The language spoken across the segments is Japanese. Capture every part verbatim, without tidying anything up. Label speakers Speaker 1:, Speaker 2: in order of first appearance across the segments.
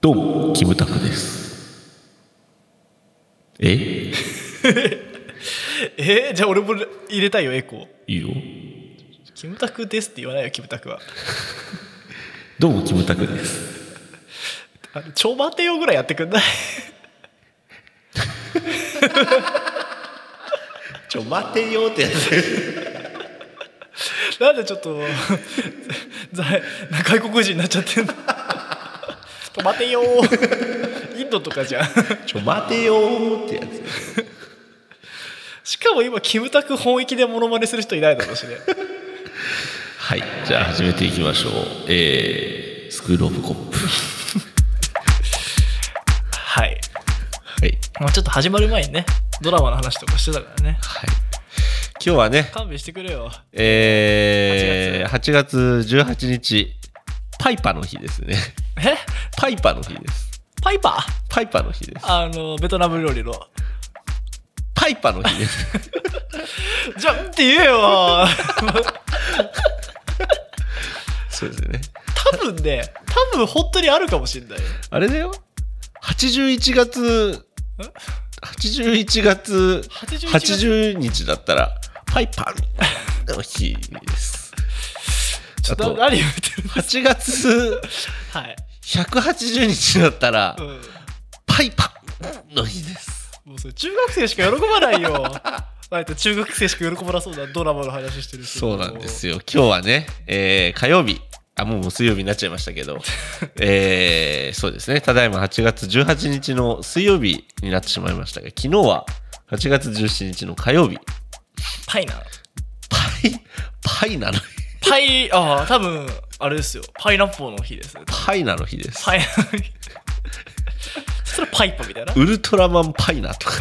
Speaker 1: どうもキムタクです。え
Speaker 2: えじゃあ俺も入れたいよ、エコー。
Speaker 1: いいよ。
Speaker 2: キムタクですって言わないよ、キムタクは。
Speaker 1: どうもキムタクです。
Speaker 2: あのちょ待てよぐらいやってくんない
Speaker 1: ちょ待てよってやつ
Speaker 2: なんでちょっと外国人になっちゃってんのちょ待てよインドとかじゃん
Speaker 1: ちょ待てよってや
Speaker 2: つ。しかも今キムタク本域でモノマネする人いないだろうしね。
Speaker 1: はい、じゃあ始めていきましょう。えー、スクールオブコップ
Speaker 2: はい、
Speaker 1: はい、
Speaker 2: まあ、ちょっと始まる前にねドラマの話とかしてたからね。
Speaker 1: はい、今日はね
Speaker 2: 勘弁してくれよ。
Speaker 1: えー、はちがつじゅうはちにちパイパの日ですね。
Speaker 2: え
Speaker 1: パイパの日です。
Speaker 2: パイパー
Speaker 1: パイパの日です。
Speaker 2: あのベトナム料理の
Speaker 1: パイパの日です
Speaker 2: じゃあって言えよ
Speaker 1: そうですね。
Speaker 2: 多分ね多分本当にあるかもしれない。
Speaker 1: あれだよ、はちじゅういちがつはちじゅういちがつはちじゅうにちだったらパイパの日です。
Speaker 2: ちょっと何言ってるんですか。
Speaker 1: はちがつひゃくはちじゅうにちだったら、うん、パイパの日です。
Speaker 2: もうそれ中学生しか喜ばないよあと中学生しか喜ばなそうなドラマの話してる。
Speaker 1: そうなんですよ。今日はね、えー、火曜日、あもう水曜日になっちゃいましたけどえー、そうですね、ただいまはちがつじゅうはちにちの水曜日になってしまいましたが、昨日ははちがつじゅうしちにちの火曜日。
Speaker 2: パイな
Speaker 1: パイパイなの
Speaker 2: パイ、ああ多分あれですよ、パイナッポーの日です。
Speaker 1: パイナの日です。
Speaker 2: パイナの日それパイパみたいな。
Speaker 1: ウルトラマンパイナとか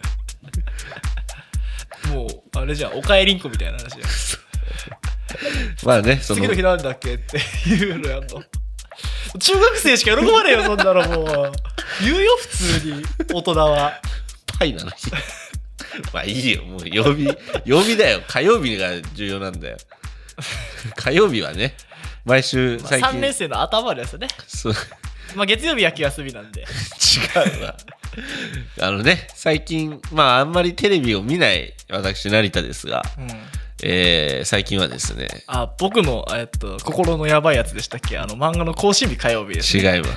Speaker 2: もうあれじゃん、おかえりんこみたいな話じゃん
Speaker 1: まあね、その
Speaker 2: 次の日なんだっけっていうのやんの中学生しか喜ばねえよそんなの。もう言うよ普通に大人は
Speaker 1: パイナの日まあいいよ、もう曜日曜日だよ。火曜日が重要なんだよ火曜日はね毎週最近、まあ、
Speaker 2: さんねん生の頭ですね。そう、まあ月曜日は気休みなんで
Speaker 1: 違うわあのね、最近まああんまりテレビを見ない私成田ですが、うん、えー、最近はですね、
Speaker 2: あ僕の、えっと、心のやばいやつでしたっけ、あの漫画の更新日火曜日です、ね、
Speaker 1: 違います。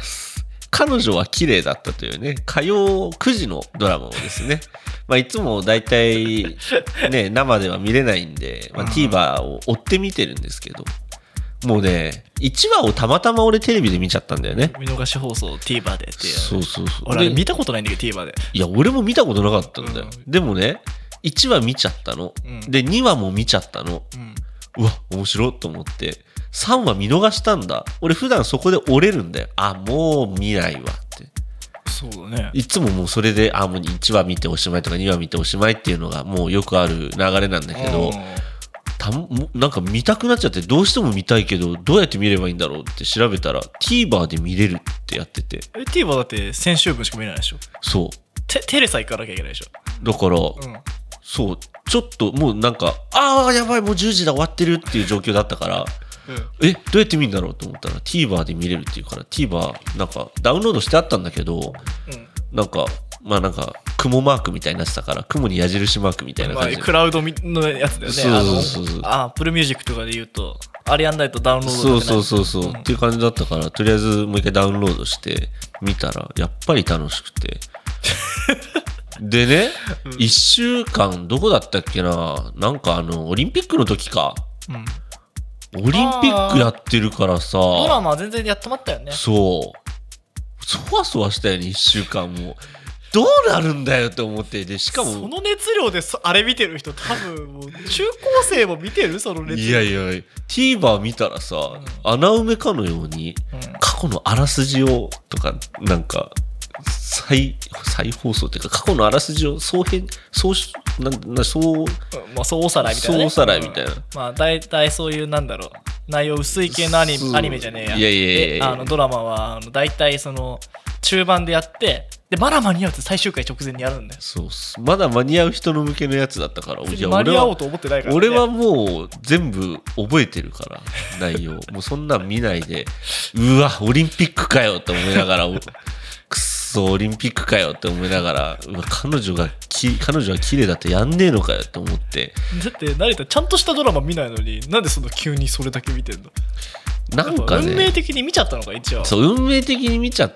Speaker 1: 彼女は綺麗だったというね、火曜くじのドラマをですねまあいつもだいたいね生では見れないんで、まあ、TVer を追って見てるんですけど、もうねいちわをたまたま俺テレビで見ちゃったんだよね。
Speaker 2: 見逃し放送 TVer でっていう。
Speaker 1: そうそうそう。
Speaker 2: 俺見たことないんだけど TVer で。い
Speaker 1: や俺も見たことなかったんだよ、うん、でもねいちわ見ちゃったの、うん、でにわも見ちゃったの、うん、うわ面白いと思ってさんわ見逃したんだ。俺普段そこで折れるんだよ。あもう見ないわって。
Speaker 2: そうだね、
Speaker 1: いつももうそれであもういちわ見ておしまいとかにわ見ておしまいっていうのがもうよくある流れなんだけど、たなんか見たくなっちゃって、どうしても見たいけどどうやって見ればいいんだろうって調べたら TVer で見れるってやってて。
Speaker 2: え TVer だって先週分しか見れないでしょ。
Speaker 1: そう
Speaker 2: テ, テレサ行かなきゃいけないでしょ。
Speaker 1: だから、うん、そうちょっともうなんかあーやばいもうじゅうじだ終わってるっていう状況だったから、うん、えどうやって見るんだろうと思ったら TVer で見れるっていうから TVer なんかダウンロードしてあったんだけど、うん、なんかまあなんか雲マークみたいになってたから、雲に矢印マークみたいな感じで、
Speaker 2: まあ、クラウドのやつだよね。そうそうそう、あアップルミュージックとかで言うとあれやんないとダウンロードできない。
Speaker 1: そうそうそうそう、うん、っていう感じだったから、とりあえずもう一回ダウンロードして見たらやっぱり楽しくてでね、うん、いっしゅうかんどこだったっけな、なんかあのオリンピックの時か、うん、オリンピックやってるからさ、
Speaker 2: ドラマ全然やってまったよね。
Speaker 1: そうそわそわしたよねいっしゅうかんもどうなるんだよと思って。でしかも
Speaker 2: その熱量であれ見てる人多分もう中高生も見てるその熱量。
Speaker 1: いやいや TVer 見たらさ、うん、穴埋めかのように、うん、過去のあらすじをとかなんか再再放送っていうか過去のあらすじを総編総なんな総
Speaker 2: まあ総おさらいみたいな、ね、
Speaker 1: 総おさらいみたいな、うん、
Speaker 2: まあ大体そういうなんだろう内容薄い系のアニメ、アニメじゃねえや。
Speaker 1: いやいやいやいや
Speaker 2: あのドラマはあの大体その中盤でやってでまだ間に合うって最終回直前にやるんだよ。
Speaker 1: そうっす。まだ間に合う人の向けのやつだったから、いや
Speaker 2: 間に合おうと思ってないから、ね、
Speaker 1: 俺はもう全部覚えてるから内容もうそんなん見ないで、うわオリンピックかよって思いながらくっそオリンピックかよって思いながら、うわ彼女がき彼女は綺麗だってやんねえのかよって思って。
Speaker 2: だって成田ちゃんとしたドラマ見ないのになんでそんな急にそれだけ見てんの。
Speaker 1: なんかね、
Speaker 2: 運命的に見ちゃったのか一応。
Speaker 1: そう運命的に見ちゃって、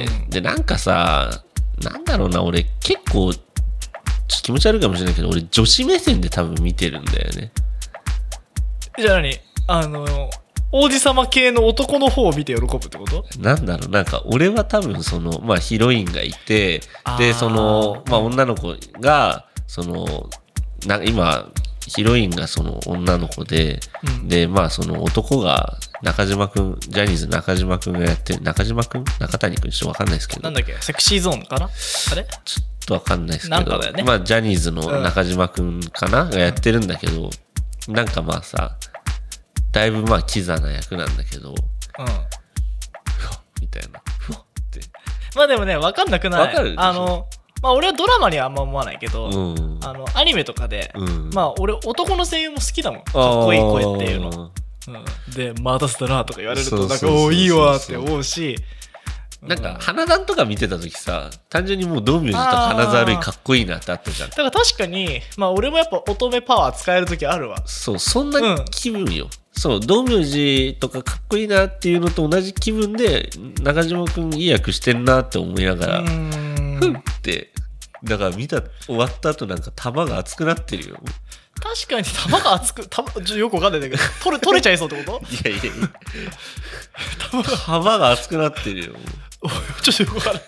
Speaker 1: うん、でなんかさなんだろうな、俺結構ちょっと気持ち悪いかもしれないけど、俺女子目線で多分見てるんだよね。
Speaker 2: じゃあ何あの王子様系の男の方を見て喜ぶってこと？
Speaker 1: なんだろう、なんか俺は多分そのまあヒロインがいて、でそのまあ女の子がそのな今ヒロインがその女の子で、うん、でまあその男が中島くん、ジャニーズ中島くんがやってる、中島くん中谷くんちょっとわかんないですけど、
Speaker 2: なんだっけセクシーゾーンかなあれ
Speaker 1: ちょっとわかんないですけど、
Speaker 2: なんかだよね、
Speaker 1: まあジャニーズの中島くんかな、うん、がやってるんだけど、なんかまあさだいぶまあキザな役なんだけど、うん、ふわみたいなふわって
Speaker 2: まあでもね分かんなくない。
Speaker 1: わかるでしょ。
Speaker 2: あのまあ俺はドラマにはあんま思わないけど、
Speaker 1: うん、
Speaker 2: あのアニメとかで、うん、まあ俺男の声優も好きだもん、かっこいい声っていうの、うん、で待たせたなとか言われるとなんかおーいいわって思うし、
Speaker 1: なんか花壇とか見てた時さ単純にもう道明寺と花沢類かっこいいなってあったじゃん。
Speaker 2: だから確かにまあ俺もやっぱ乙女パワー使える時あるわ。
Speaker 1: そうそんな気分よ、うん、そう道明寺とかかっこいいなっていうのと同じ気分で中島くんいい役してんなって思いながらふんってだから見た終わった後なんか玉が熱くなってるよ。
Speaker 2: 確かに玉が熱く玉よくわかんないんだけど取れ取れちゃいそうってこと？
Speaker 1: いやいやいや玉が玉が熱くなってるよ。
Speaker 2: ちょっとよくわかんない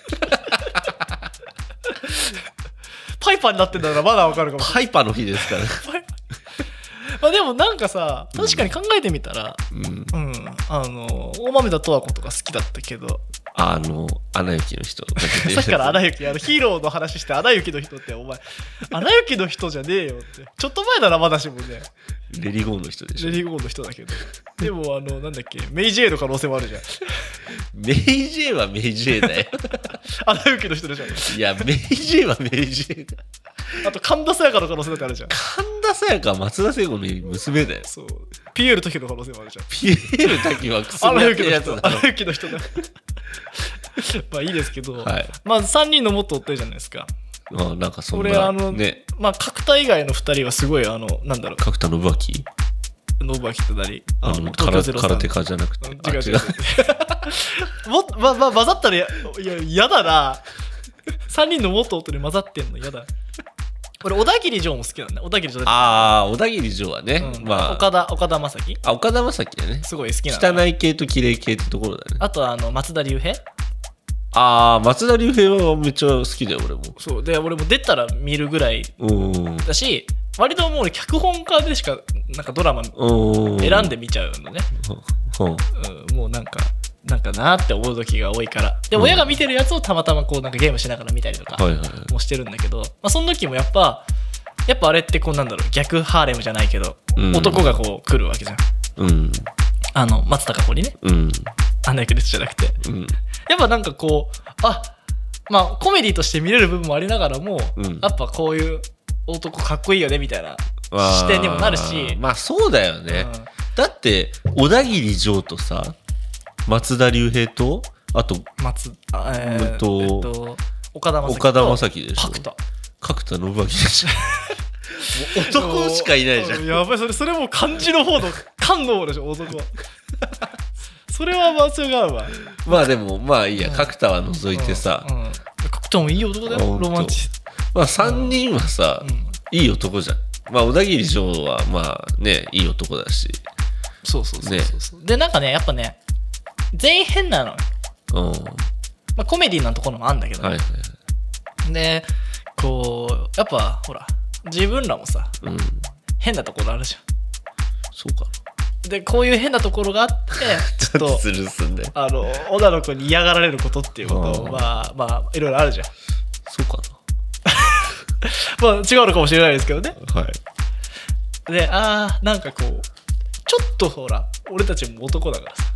Speaker 2: パイパーになってんだからまだわかるかも。
Speaker 1: パイパーの日ですからね
Speaker 2: まあでもなんかさ確かに考えてみたら、うん、うん、あの大豆田十和子とか好きだったけど、
Speaker 1: あのアナ雪の人
Speaker 2: さっきからアナ雪あのヒーローの話してアナ雪の人ってお前アナ雪の人じゃねえよってちょっと前ならまだしもね
Speaker 1: レリゴーの人でしょ。
Speaker 2: レリゴーの人だけどでもあのなんだっけメイジェイの可能性もあるじゃん
Speaker 1: メイジェイはメイジェイだよ
Speaker 2: アナ雪の人でしょ。
Speaker 1: いやメイジェイはメイジェイだ。
Speaker 2: あと神田沙也加の可能性だってあるじゃん。
Speaker 1: 神田沙也加は松田聖子の娘だよ。
Speaker 2: そうピエール滝の可能性もあるじゃん。
Speaker 1: ピエール滝はクソやってるやつだろ。
Speaker 2: アナ雪の人だまあいいですけど、
Speaker 1: はい、
Speaker 2: まあさんにんのもっと追ってるじゃないですか。
Speaker 1: あなんかそんな
Speaker 2: 俺あの、ね、まあ角田以外のふたりはすごいあのなんだろう
Speaker 1: 角田信明信
Speaker 2: 明って何
Speaker 1: あの空手家じゃなくて
Speaker 2: 違う違うもっまま混ざったらやいや嫌だなさんにんの元夫に混ざってんの嫌だ。俺小田切城も好きなんだ。小田切城
Speaker 1: ああ小田切城はね、うん、まあ
Speaker 2: 岡田岡田将生
Speaker 1: あ岡田将生だね
Speaker 2: すごい好きな
Speaker 1: 汚い系と綺麗系ってところだね。
Speaker 2: あとあの松田龍平
Speaker 1: ああ松田龍平はめっちゃ好きだよ俺も。そう
Speaker 2: で俺も出たら見るぐらいだし割ともう俺脚本家でしかなんかドラマ選んで見ちゃうのね、うん、もうなんかなんかなって思う時が多いからで、うん、親が見てるやつをたまたまこうなんかゲームしながら見たりとかもしてるんだけど、はいはいはい、まあ、その時もやっぱやっぱあれってこうなんだろう逆ハーレムじゃないけど、うん、男がこう来るわけじゃん、うん、あの松たか子にね、うん、アナ雪ですじゃなくて、うん、やっぱなんかこうあまあコメディとして見れる部分もありながらも、うん、やっぱこういう男かっこいいよねみたいな視点にもなるし
Speaker 1: まあそうだよね、うん、だって小田切城とさ松田龍平とあと
Speaker 2: 松あえ
Speaker 1: ー、とえっと
Speaker 2: 岡田将生
Speaker 1: 岡田将生でしょ。
Speaker 2: 角田
Speaker 1: 角田信明でしょ男しかいないじゃん。
Speaker 2: やばいそれそれも漢字の方の漢の方でしょ男はそれは間違うわ。
Speaker 1: まあでもまあいいや、うん、角田は除いてさ、
Speaker 2: うんうん、角田もいい男だよロマンチスト。
Speaker 1: まあさんにんはさ、うん、いい男じゃん。まあ小田切城はまあねいい男だし
Speaker 2: そうそうそうそうそう、ね、でなんかねやっぱね全員変なの、うんまあ、コメディなところもあるんだけど、ねはいはいはい、でこうやっぱほら自分らもさ、うん、変なところあるじゃん。
Speaker 1: そうかな。
Speaker 2: でこういう変なところがあってちょっと
Speaker 1: スルーすんね
Speaker 2: あの女の子に嫌がられることっていうことをまあまあいろいろあるじゃん。
Speaker 1: そうか
Speaker 2: なまあ違うのかもしれないですけどね。
Speaker 1: はい
Speaker 2: であーなんかこうちょっとほら俺たちも男だからさ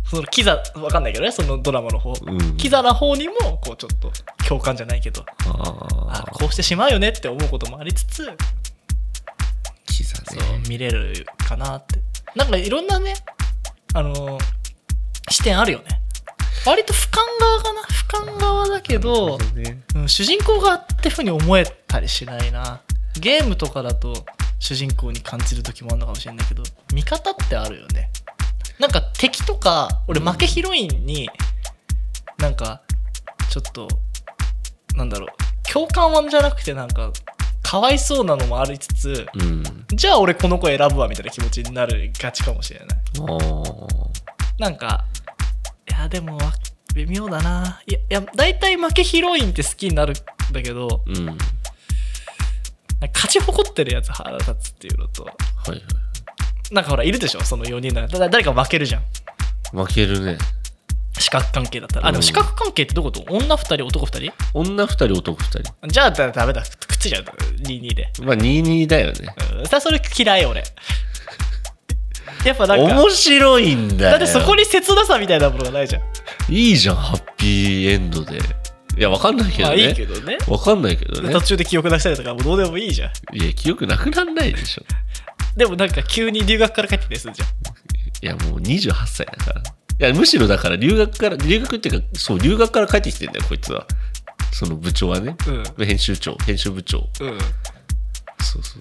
Speaker 2: そのキザわかんないけどね、そのドラマの方、うん、キザな方にもこうちょっと共感じゃないけど、ああこうしてしまうよねって思うこともありつつ、
Speaker 1: キザね、
Speaker 2: そう見れるかなって。なんかいろんなね、あのー、視点あるよね。割と俯瞰側かな、俯瞰側だけど、ね、うん、主人公側ってふうに思えたりしないな。ゲームとかだと主人公に感じる時もあるのかもしれないけど、見方ってあるよね。なんか敵とか俺負けヒロインになんかちょっとなんだろう、共感はじゃなくてなんかかわいそうなのもありつつ、うん、じゃあ俺この子選ぶわみたいな気持ちになるがちかもしれない。なんかいやでも微妙だな。いやいや大体負けヒロインって好きになるんだけど、うん、勝ち誇ってるやつ腹立つっていうのと、はいはい、なんかほらいるでしょ、そのよにんの中誰か負けるじゃん。
Speaker 1: 負けるね。
Speaker 2: 四角関係だったら、あでも四角関係ってどこと？女ふたり男ふたり？
Speaker 1: 女ふたり男ふたり。
Speaker 2: じゃあダメだ、くっついちゃうにじゅうにで。
Speaker 1: まあにじゅうにだよね。
Speaker 2: うん、さそれ嫌い俺。やっぱなんか
Speaker 1: 面白いんだよ。
Speaker 2: だってそこに切なさみたいなものがないじゃん。
Speaker 1: いいじゃんハッピーエンドで。いやわかんないけどね。まあい
Speaker 2: いけどね。
Speaker 1: わかんないけどね。
Speaker 2: 途中で記憶なくしたりとかもうどうでもいいじゃん。
Speaker 1: いや記憶なくなんないでしょ。
Speaker 2: でもなんか急に留学から帰ってきたりするじゃん。
Speaker 1: いやもうにじゅうはっさいだから。いやむしろだから留学から留学っていうかそう留学から帰ってきてんだよこいつは。その部長はね。うん、編集長編集部長。うん。そうそうそう。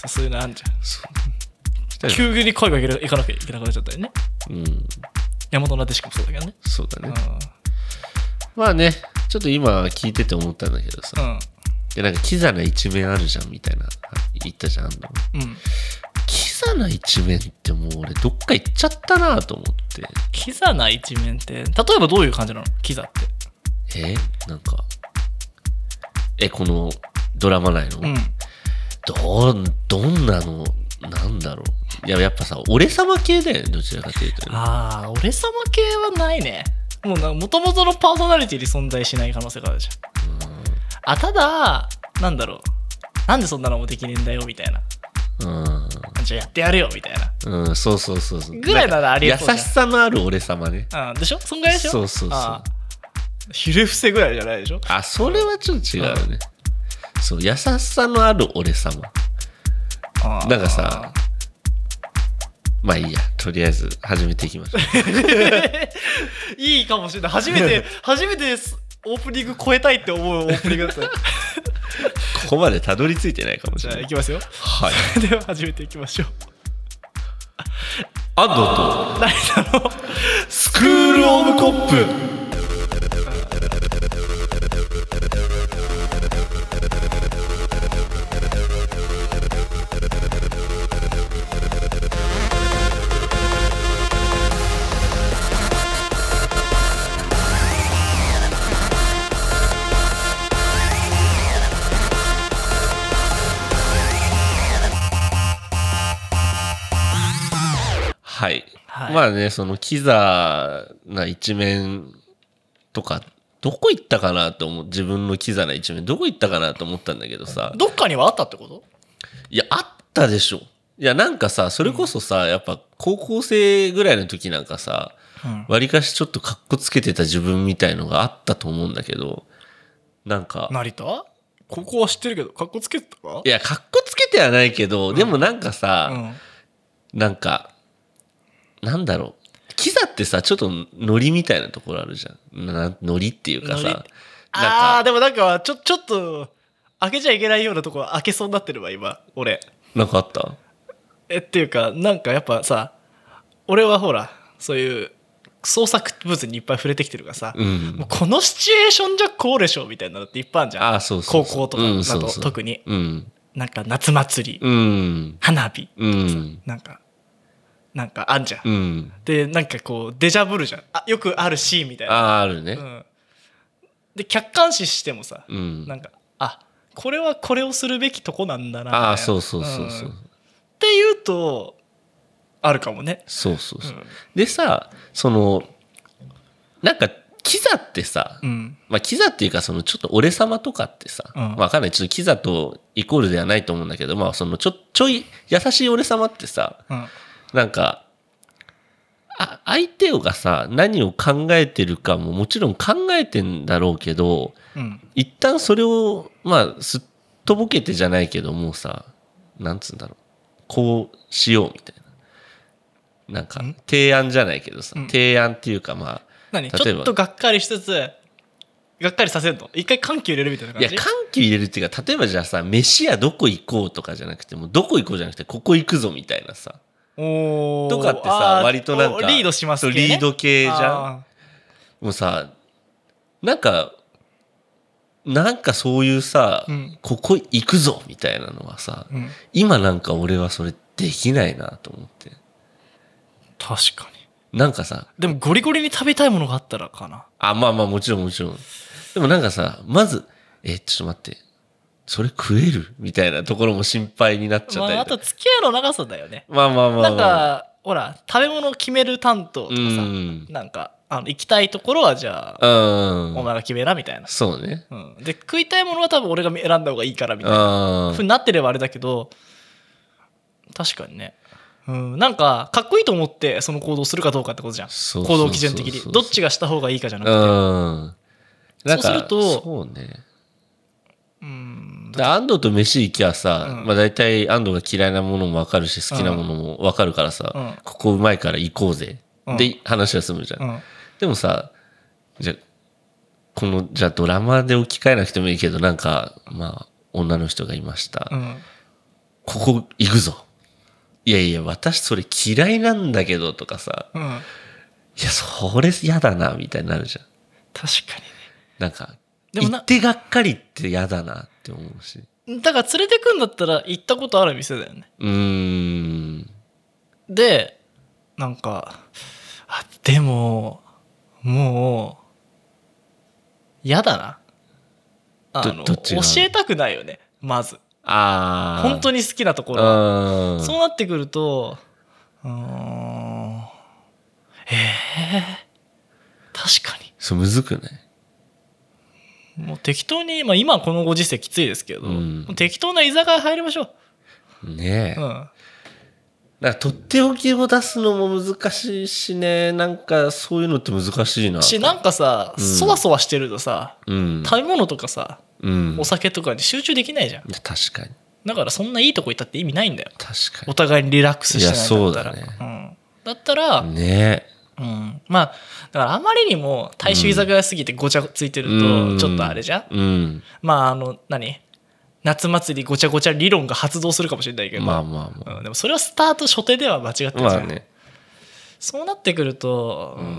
Speaker 2: そういうのあんじゃん。そう。急に海外行かなきゃいけなくなっちゃったよね。うん。大和なでしかもそうだけどね。
Speaker 1: そうだね。うん、まあねちょっと今聞いてて思ったんだけどさ。うん。でなんかキザな一面あるじゃんみたいな言ったじゃんあんの。うん。キザな一面ってもう俺どっか行っちゃったなと思って。
Speaker 2: キザな一面って例えばどういう感じなのキザって。
Speaker 1: えなんかえこのドラマ内の、うん、どんどんなのなんだろう。いややっぱさ俺様系だよねどちらかというと、ね、
Speaker 2: ああ俺様系はないね。もうもともとのパーソナリティに存在しない可能性があるじゃん。うんあただなんだろうなんでそんなのもできねえんだよみたいな。うんじゃあやってやるよみたいな。
Speaker 1: うんそうそうそうそう
Speaker 2: ぐらいならありえそうじゃん。
Speaker 1: 優しさのある俺様ね。
Speaker 2: あでしょそんぐらいでしょ。
Speaker 1: そうそうそう。あ
Speaker 2: ひれ伏せぐらいじゃないでしょ。
Speaker 1: あそれはちょっと違うよね。そう優しさのある俺様。あなんかさまあいいやとりあえず始めていきましょう。
Speaker 2: いいかもしれない初めて初めてオープニング超えたいって思うオープニングだったこ
Speaker 1: こまでたどり着いてないかもしれない。
Speaker 2: じゃあいきますよ。はいでは始めていきましょう。
Speaker 1: 安藤と
Speaker 2: 成田のスクールオブコップ。
Speaker 1: はい、はい、まあねそのキザな一面とかどこ行ったかなと思う。自分のキザな一面どこ行ったかなと思ったんだけどさ。
Speaker 2: どっかにはあったってこと？
Speaker 1: いやあったでしょ。いやなんかさそれこそさ、うん、やっぱ高校生ぐらいの時なんかさわり、うん、かしちょっとカッコつけてた自分みたいのがあったと思うんだけどなんか
Speaker 2: 成田ここは知ってるけどカッコつけてたか？
Speaker 1: いやカッコつけてはないけど、うん、でもなんかさ、うん、なんかなんだろうキザってさちょっとノリみたいなところあるじゃん。なノリっていうかさ
Speaker 2: あーでもなんかちょちょっと開けちゃいけないようなところ開けそうになってるわ今俺。
Speaker 1: なんかあった
Speaker 2: えっていうかなんかやっぱさ俺はほらそういう創作物にいっぱい触れてきてるからさ、うん、もうこのシチュエーションじゃこうでしょみたいなのっていっぱいあるじゃん。
Speaker 1: あそうそうそう
Speaker 2: 高校とかだと、うん、そうそう特に、うん、なんか夏祭り、うん、花火、うん、なんかなんかあんじゃん、うん、でなんかこうデジャブるじゃん。あよくあるシーンみたいな。
Speaker 1: ああるね、
Speaker 2: うん、で客観視してもさ、うん、なんかあこれはこれをするべきとこなんだなみたいな。
Speaker 1: あそうそうそうそう、うん、
Speaker 2: っていうとあるかもね。
Speaker 1: そうそうそう、うん、でさそのなんかキザってさ、うん、まあキザっていうかそのちょっと俺様とかってさ、うん、まあわかんないちょっとキザとイコールではないと思うんだけどまあそのちょちょい優しい俺様ってさ、うんなんかあ相手がさ何を考えてるかももちろん考えてんだろうけど、うん、一旦それをまあすっとぼけてじゃないけどもうさなんつうんだろうこうしようみたいななんか提案じゃないけどさ、うん、提案っていうかまあ
Speaker 2: 何ちょっとがっかりしつつがっかりさせるの一回緩急入れるみたいな感じ。
Speaker 1: いや緩急入れるっていうか例えばじゃあさ飯屋どこ行こうとかじゃなくてもどこ行こうじゃなくてここ行くぞみたいなさ
Speaker 2: お
Speaker 1: とかってさ割となんか
Speaker 2: リードしますね。
Speaker 1: リード系じゃん。もうさなんかなんかそういうさ、うん、ここ行くぞみたいなのはさ、うん、今なんか俺はそれできないなと思って。
Speaker 2: 確かに。
Speaker 1: なんかさ
Speaker 2: でもゴリゴリに食べたいものがあったらかな。
Speaker 1: あまあまあもちろんもちろん。でもなんかさまずえちょっと待ってそれ食えるみたいなところも心配になっちゃったり、
Speaker 2: まあ、あと付き合いの長さだよね。
Speaker 1: まあまあまあ、まあ、
Speaker 2: なんかほら食べ物を決める担当とかさ、うん、なんかあの行きたいところはじゃあ、うん、お前が決めなみたいな。
Speaker 1: そうね、
Speaker 2: うん、で食いたいものは多分俺が選んだ方がいいからみたいなふうになってればあれだけど確かにね、うん、なんかかっこいいと思ってその行動するかどうかってことじゃん。行動基準的にどっちがした方がいいかじゃなくて、うんなんかそうすると
Speaker 1: そうねうん安藤と飯行きゃさ、うんまあ、大体安藤が嫌いなものも分かるし好きなものも分かるからさ、うん、ここうまいから行こうぜ、うん、で話は済むじゃん、うん、でもさじゃこのじゃあドラマで置き換えなくてもいいけどなんかまあ女の人がいました、うん、ここ行くぞいやいや私それ嫌いなんだけどとかさ、うん、いやそれ嫌だなみたいになるじゃん。
Speaker 2: 確かにね。
Speaker 1: なんかでもな行ってがっかりって嫌だなって思うし
Speaker 2: だから連れてくんだったら行ったことある店だよね。
Speaker 1: うーん
Speaker 2: でなんかあでももう嫌だなあの教えたくないよねまずあ本当に好きなところはそうなってくるとうーんええー、確かに
Speaker 1: そうむずくない
Speaker 2: もう適当に、まあ、今このご時世きついですけど、うん、適当な居酒屋入りましょ
Speaker 1: うねえ、うん、だからとっておきを出すのも難しいしねなんかそういうのって難しいな
Speaker 2: しなんかさ、うん、そわそわしてるとさ、うん、食べ物とかさ、うん、お酒とかに集中できないじゃん。
Speaker 1: 確かに
Speaker 2: だからそんないいとこ行ったって意味ないんだよ。
Speaker 1: 確かに
Speaker 2: お互いにリラックスしてないんだったら。
Speaker 1: いやそうだね、
Speaker 2: うん、だったら
Speaker 1: ね
Speaker 2: うん、まあだからあまりにも大衆居酒屋すぎてごちゃついてるとちょっとあれじゃん、うん、まああの何夏祭りごちゃごちゃ理論が発動するかもしれないけど、まあまあまあ、うん、でもそれはスタート初手では間違ってるじゃん、まあね、そうなってくると、うん、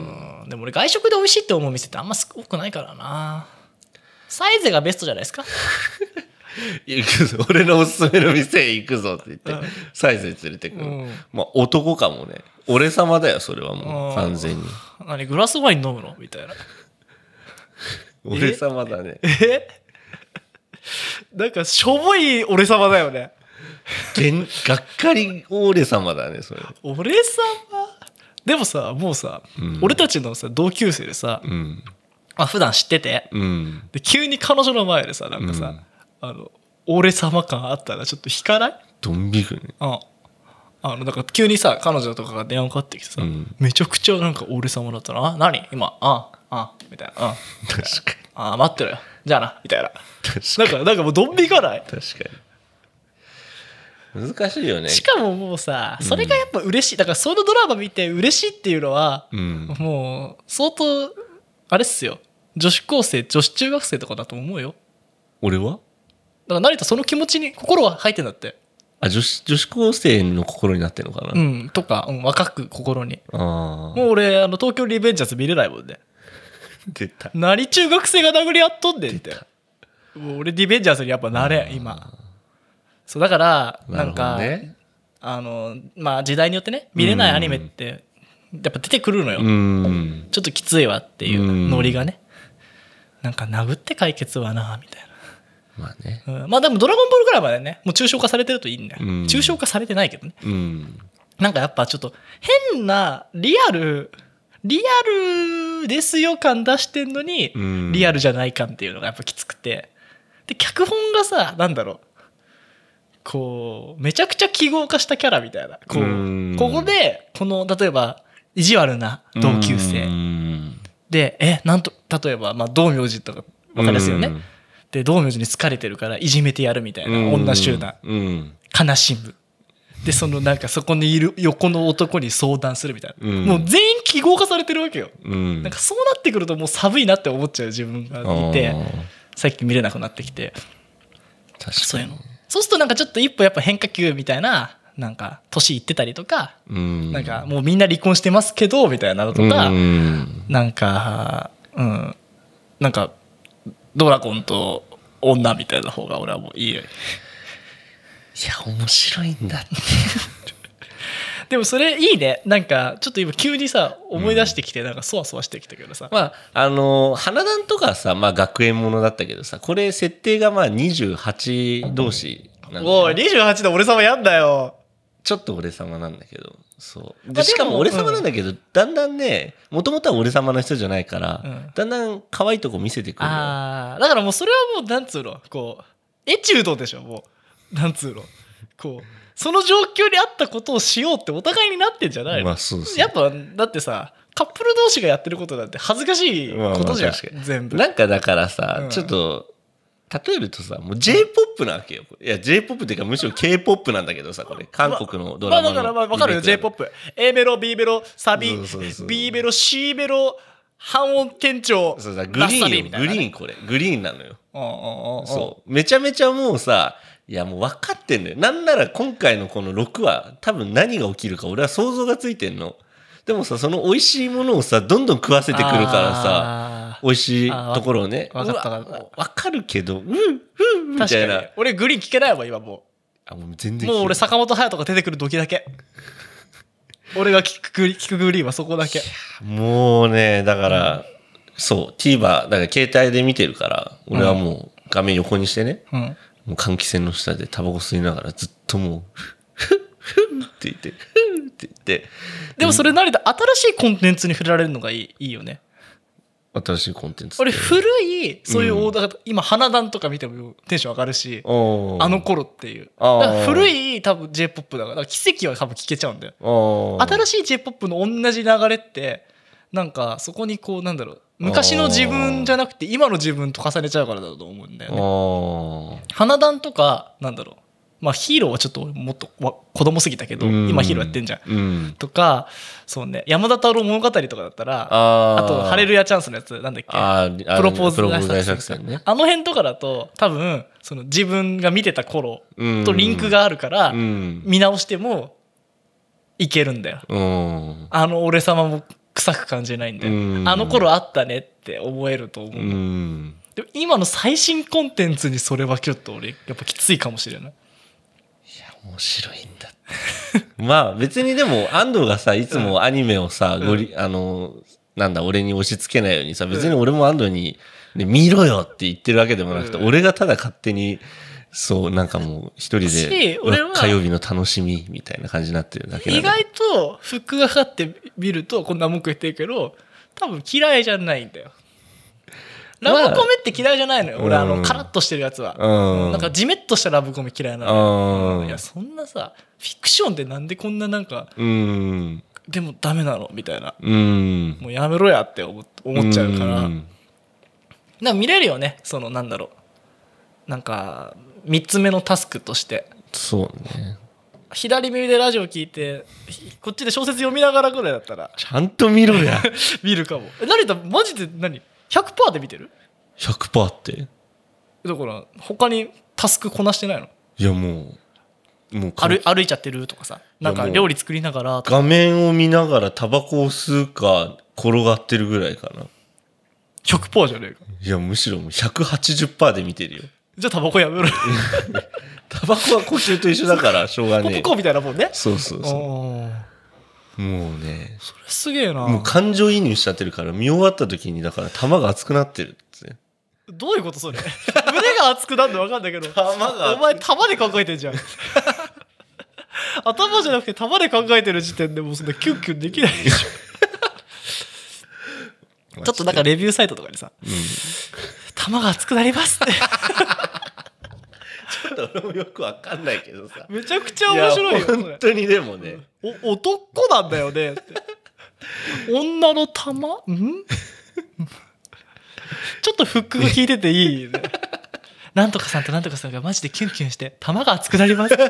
Speaker 2: でも俺外食で美味しいって思う店ってあんま多くないからな。サイゼがベストじゃないですか
Speaker 1: 行くぞ俺のおすすめの店へ行くぞって言って、うん、サイズに連れてくる、うん、まあ男かもね俺様だよそれはもう完全に。
Speaker 2: 何グラスワイン飲むのみたいな
Speaker 1: 俺様だね。
Speaker 2: えなんかしょぼい俺様だよね
Speaker 1: がっかり俺様だねそれ。
Speaker 2: 俺様でもさもうさ、うん、俺たちのさ同級生でさ、うんまあ、普段知ってて、うん、で急に彼女の前でさなんかさ、うんあの俺様感あったらちょっと引かない？
Speaker 1: ドンビグね。
Speaker 2: ああのだから急にさ彼女とかが電話かかってきてさ、うん、めちゃくちゃなんか俺様だったらあ何今ああみたいなあ
Speaker 1: 確かに
Speaker 2: あ待ってろよじゃあなみたいななんかなんかもうドンビかない？
Speaker 1: 確かに難しいよね。
Speaker 2: しかももうさそれがやっぱ嬉しいだからそのドラマ見て嬉しいっていうのは、うん、もう相当あれっすよ女子高生女子中学生とかだと思うよ。
Speaker 1: 俺は
Speaker 2: だから成田その気持ちに心は入ってんだって。
Speaker 1: あ 女子、女子高生の心になってんのかな。
Speaker 2: うんとか、うん、若く心に。あもう俺あの東京リベンジャーズ見れないもんね。
Speaker 1: 出た。
Speaker 2: 何中学生が殴り合っとんねんって。もう俺リベンジャーズにやっぱなれ今。そうだからなんか、ね、あのまあ時代によってね見れないアニメってやっぱ出てくるのよ。うんちょっときついわっていうノリがね。なんか殴って解決はなみたいな。
Speaker 1: まあね、
Speaker 2: うん、まあでもドラゴンボールぐらいまでねもう抽象化されてるといいんだよ、うん、抽象化されてないけどね、うん、なんかやっぱちょっと変なリアルリアルですよ感出してんのに、うん、リアルじゃない感っていうのがやっぱきつくてで脚本がさなんだろうこうめちゃくちゃ記号化したキャラみたいなこう、うん、ここでこの例えば意地悪な同級生で、えなんと例えば、まあ、道明寺とか分かりやすいよね。で道明寺に疲れてるからいじめてやるみたいな女集団、悲しむ。でそのなんかそこにいる横の男に相談するみたいな、うん、もう全員記号化されてるわけよ、うん、なんかそうなってくるともう寒いなって思っちゃう自分がいて、最近見れなくなってきて、
Speaker 1: 確かに
Speaker 2: そういうのそうするとなんかちょっと一歩やっぱ変化球みたいな、なんか年いってたりとか、うん、なんかもうみんな離婚してますけどみたいなのとか、うん、なんかうんなんかドラゴンと女みたいな方が俺はもういいよ。
Speaker 1: いや面白いんだって
Speaker 2: でもそれいいね。なんかちょっと今急にさ思い出してきてなんかそわそわしてきたけどさ、
Speaker 1: うん、まああの花壇とかさ、まあ、学園ものだったけどさ、これ設定がまあにじゅうはち同士なんだよね。
Speaker 2: おいにじゅうはちで俺様やんだよ。
Speaker 1: ちょっと俺様なんだけど、そうでしかも俺様なんだけど、うん、だんだんねもともとは俺様の人じゃないから、うん、だんだん可愛いとこ見せてくるの。
Speaker 2: あだからもうそれはもうなんつうのこうエチュードでしょ。もうなんつうのこうその状況に合ったことをしようってお互いになってんじゃないの、
Speaker 1: まあ、そうそう
Speaker 2: やっぱだってさカップル同士がやってることなんて恥ずかしいことじゃん、まあまあ全部
Speaker 1: なんかだからさ、うん、ちょっと例えるとさもう J-ポップ なわけよ。いや J-ポップ っていうかむしろ K-ポップ なんだけどさ、これ韓国のドラマの、
Speaker 2: まあ、だからまあ分かるよ J-ポップA メロ B メロサビそうそうそう B メロ C メロ半音転調
Speaker 1: そうだグリーングリーンこれグリーンなのよ。そうめちゃめちゃもうさいやもう分かってんのよ。なんなら今回のこのろくわ多分何が起きるか俺は想像がついてんの。でもさその美味しいものをさどんどん食わせてくるからさ美味しいところをね
Speaker 2: 分かった分かった
Speaker 1: 分かるけどうんうんみたいな。
Speaker 2: 俺グリーン聞けないわ今もう。
Speaker 1: あもう全然
Speaker 2: もう俺坂本勇人が出てくる時だけ俺が聞く聞くグリーンはそこだけ。
Speaker 1: もうねだから、うん、そう TVer だから携帯で見てるから俺はもう画面横にしてね、うん、もう換気扇の下でタバコ吸いながらずっともうフッフッって言ってフッって言って。
Speaker 2: でもそれ何だ新しいコンテンツに触れられるのがいい、いいよね。
Speaker 1: 新しいコンテンツ
Speaker 2: 俺古いそういうオーダー、うん、今花壇とか見てもテンション上がるしあの頃っていうだから古い多分 J-ポップ だから奇跡は多分聞けちゃうんだよ。新しい J-ポップ の同じ流れってなんかそこにこうなんだろう昔の自分じゃなくて今の自分と重ねちゃうからだと思うんだよね。花壇とかなんだろうまあヒーローはちょっともっと子供すぎたけど今ヒーローやってんじゃん、うん、とかそうね山田太郎物語とかだったら あ, あとハレルヤチャンスのやつなんだっけあプロポーズ大作戦ね。あの辺とかだと多分その自分が見てた頃とリンクがあるから見直してもいけるんだよ。あの俺様も臭く感じないんだよ。あの頃あったねって思えると思う。うんでも今の最新コンテンツにそれはちょっと俺やっぱきついかもしれない。
Speaker 1: 面白いんだまあ別にでも安藤がさいつもアニメをさ、うん、ごりあのなんだ俺に押し付けないようにさ別に俺も安藤に、ね、見ろよって言ってるわけでもなくて、うん、俺がただ勝手にそうなんかもう一人で火曜日の楽しみみたいな感じになってるだけなんだ。
Speaker 2: 意外とフックがかかってみるとこんな文句言ってるけど多分嫌いじゃないんだよ。ラブコメって嫌いじゃないのよ、まあ、俺あのカラッとしてるやつは、うん、なんかジメッとしたラブコメ嫌いなのよ、うん、いやそんなさフィクションでなんでこんななんか、うん、でもダメなのみたいな、うん、もうやめろやって思、思っちゃうから、うん、なんか見れるよねそのなんだろうなんかみっつめのタスクとして
Speaker 1: そうね
Speaker 2: 左耳でラジオ聞いてこっちで小説読みながらぐらいだったら
Speaker 1: ちゃんと見ろや
Speaker 2: 見るかも。成田マジで何ひゃくパーセント で見てる ?
Speaker 1: ひゃくパーセント って
Speaker 2: だから他にタスクこなしてないの？
Speaker 1: いやもうもう
Speaker 2: 歩, 歩いちゃってるとかさなんか料理作りながらとか
Speaker 1: 画面を見ながらタバコを吸うか転がってるぐらいかな。
Speaker 2: ひゃくパーセント じゃねえか。
Speaker 1: いやむしろもう ひゃくはちじゅっパーセント で見てるよ。
Speaker 2: じゃあタバコやめろ
Speaker 1: タバコは呼吸と一緒だからしょうがねえ。
Speaker 2: ポップコーンみたいなもんね。
Speaker 1: そうそうそうもうね
Speaker 2: それすげえな。
Speaker 1: もう感情移入しちゃってるから見終わった時にだから玉が熱くなってるってね。
Speaker 2: どういうことそれ胸が熱くなるの分かんないけど玉がお前玉で考えてんじゃん頭じゃなくて玉で考えてる時点でもうそんなキュンキュンできないでしょちょっとなんかレビューサイトとかにさ、うん、玉が熱くなりますって
Speaker 1: ちょっと俺もよくわかんないけどさ
Speaker 2: めちゃくちゃ面白いよ。
Speaker 1: 本当にでもね
Speaker 2: お男なんだよねって女の玉んちょっとフックが効いてていい、ね、なんとかさんとなんとかさんがマジでキュンキュンして玉が熱くなりますい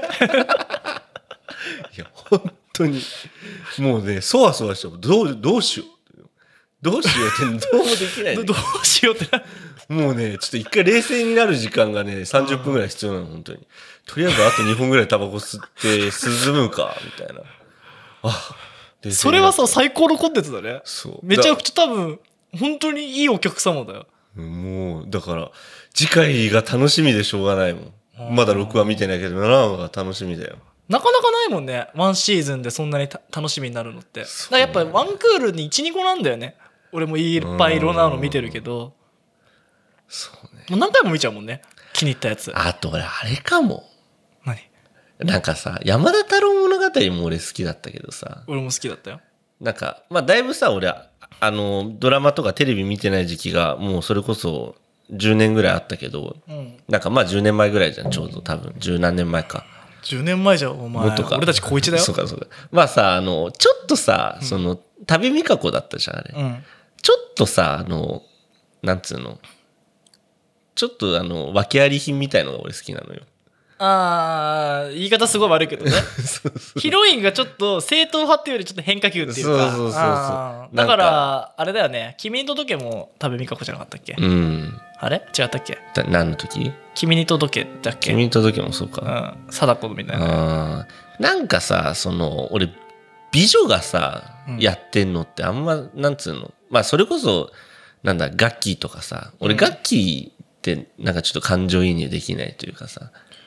Speaker 1: や本当にもうねそわそわしてどうどうしようどうしようってどうもできない、ね、
Speaker 2: どうしようってな
Speaker 1: もうねちょっと一回冷静になる時間がねさんじゅっぷんぐらい必要なの本当に。とりあえずあとにほんぐらいタバコ吸って涼むかみたいな。あ
Speaker 2: それはさ最高のコンテンツだね。
Speaker 1: そう
Speaker 2: めちゃくちゃ多分本当にいいお客様だよ。
Speaker 1: もうだから次回が楽しみでしょうがないもん。まだろくわ見てないけどななわが楽しみだよ。
Speaker 2: なかなかないもんねワンシーズンでそんなに楽しみになるのって。だからやっぱりワンクールに いち,に 個なんだよね。俺もいっぱいいろんなの見てるけど
Speaker 1: そうね
Speaker 2: もう何回も見ちゃうもんね気に入ったやつ。
Speaker 1: あと俺あれかも。
Speaker 2: 何
Speaker 1: なんかさ山田太郎物語も俺好きだったけどさ。
Speaker 2: 俺も好きだったよ。
Speaker 1: なんかまあだいぶさ俺あのドラマとかテレビ見てない時期がもうそれこそじゅうねんぐらいあったけど、うん、なんかまあじゅうねんまえぐらいじゃんちょうど多分十何年前か。
Speaker 2: じゅうねんまえじゃんお前。俺たち高いちだよ。
Speaker 1: そうかそうか。まあさあのちょっとさ、うん、その多部未華子だったじゃんあれ、うん、ちょっとさあのなんつうのちょっとあの訳あり品みたいのが俺好きなのよ。
Speaker 2: あー言い方すごい悪いけどねそうそうヒロインがちょっと正統派っていうよりちょっと変化球っていうか。そうそうそうそうだからあれだよね君に届けも多部未華子じゃなかったっけ。うんあれ違ったっけ。
Speaker 1: 何の時。
Speaker 2: 君に届けだっけ。
Speaker 1: 君に届けもそうか。
Speaker 2: うん貞子みたいな。
Speaker 1: なんかさその俺美女がさ、うん、やってんのってあんまなんつうのまあそれこそなんだガッキーとかさ俺ガッキーってなんかちょっと感情移入できないというかさ。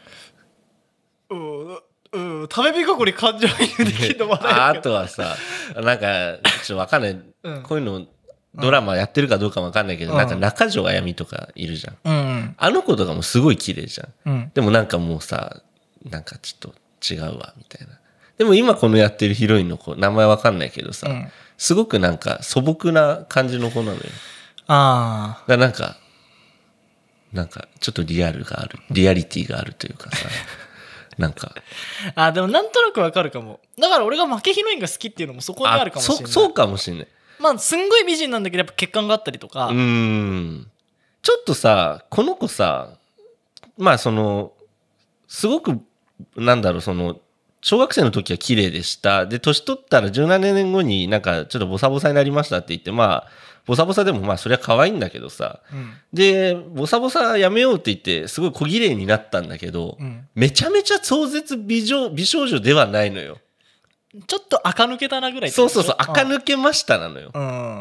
Speaker 2: うんうん食べ美華子に感情移入できるのも
Speaker 1: ああとはさなんかちょっと分かんない、うん、こういうのドラマやってるかどうか分かんないけど、うん、なんか中条あやみとかいるじゃん、うん、あの子とかもすごい綺麗じゃん、うん、でもなんかもうさなんかちょっと違うわみたいな。でも今このやってるヒロインの子名前分かんないけどさ、うん、すごくなんか素朴な感じの子なのよ。ああだからなんかなんかちょっとリアルがあるリアリティがあるというかさなんか
Speaker 2: あでもなんとなくわかるかも。だから俺が負けヒロインが好きっていうのもそこにあるかもしれない。
Speaker 1: そ, そうかもしれない。
Speaker 2: まあすんごい美人なんだけどやっぱ血管があったりとか。うー
Speaker 1: んちょっとさこの子さまあそのすごくなんだろうその小学生の時は綺麗でしたで年取ったら十何年後になんかちょっとボサボサになりましたって言ってまあボサボサでもまあそりゃ可愛いんだけどさ、うん、でボサボサやめようって言ってすごい小綺麗になったんだけど、うん、めちゃめちゃ超絶美女美少女ではないのよ。
Speaker 2: ちょっと垢抜けたなぐらい。
Speaker 1: そうそうそう垢抜けましたなのよ、うん、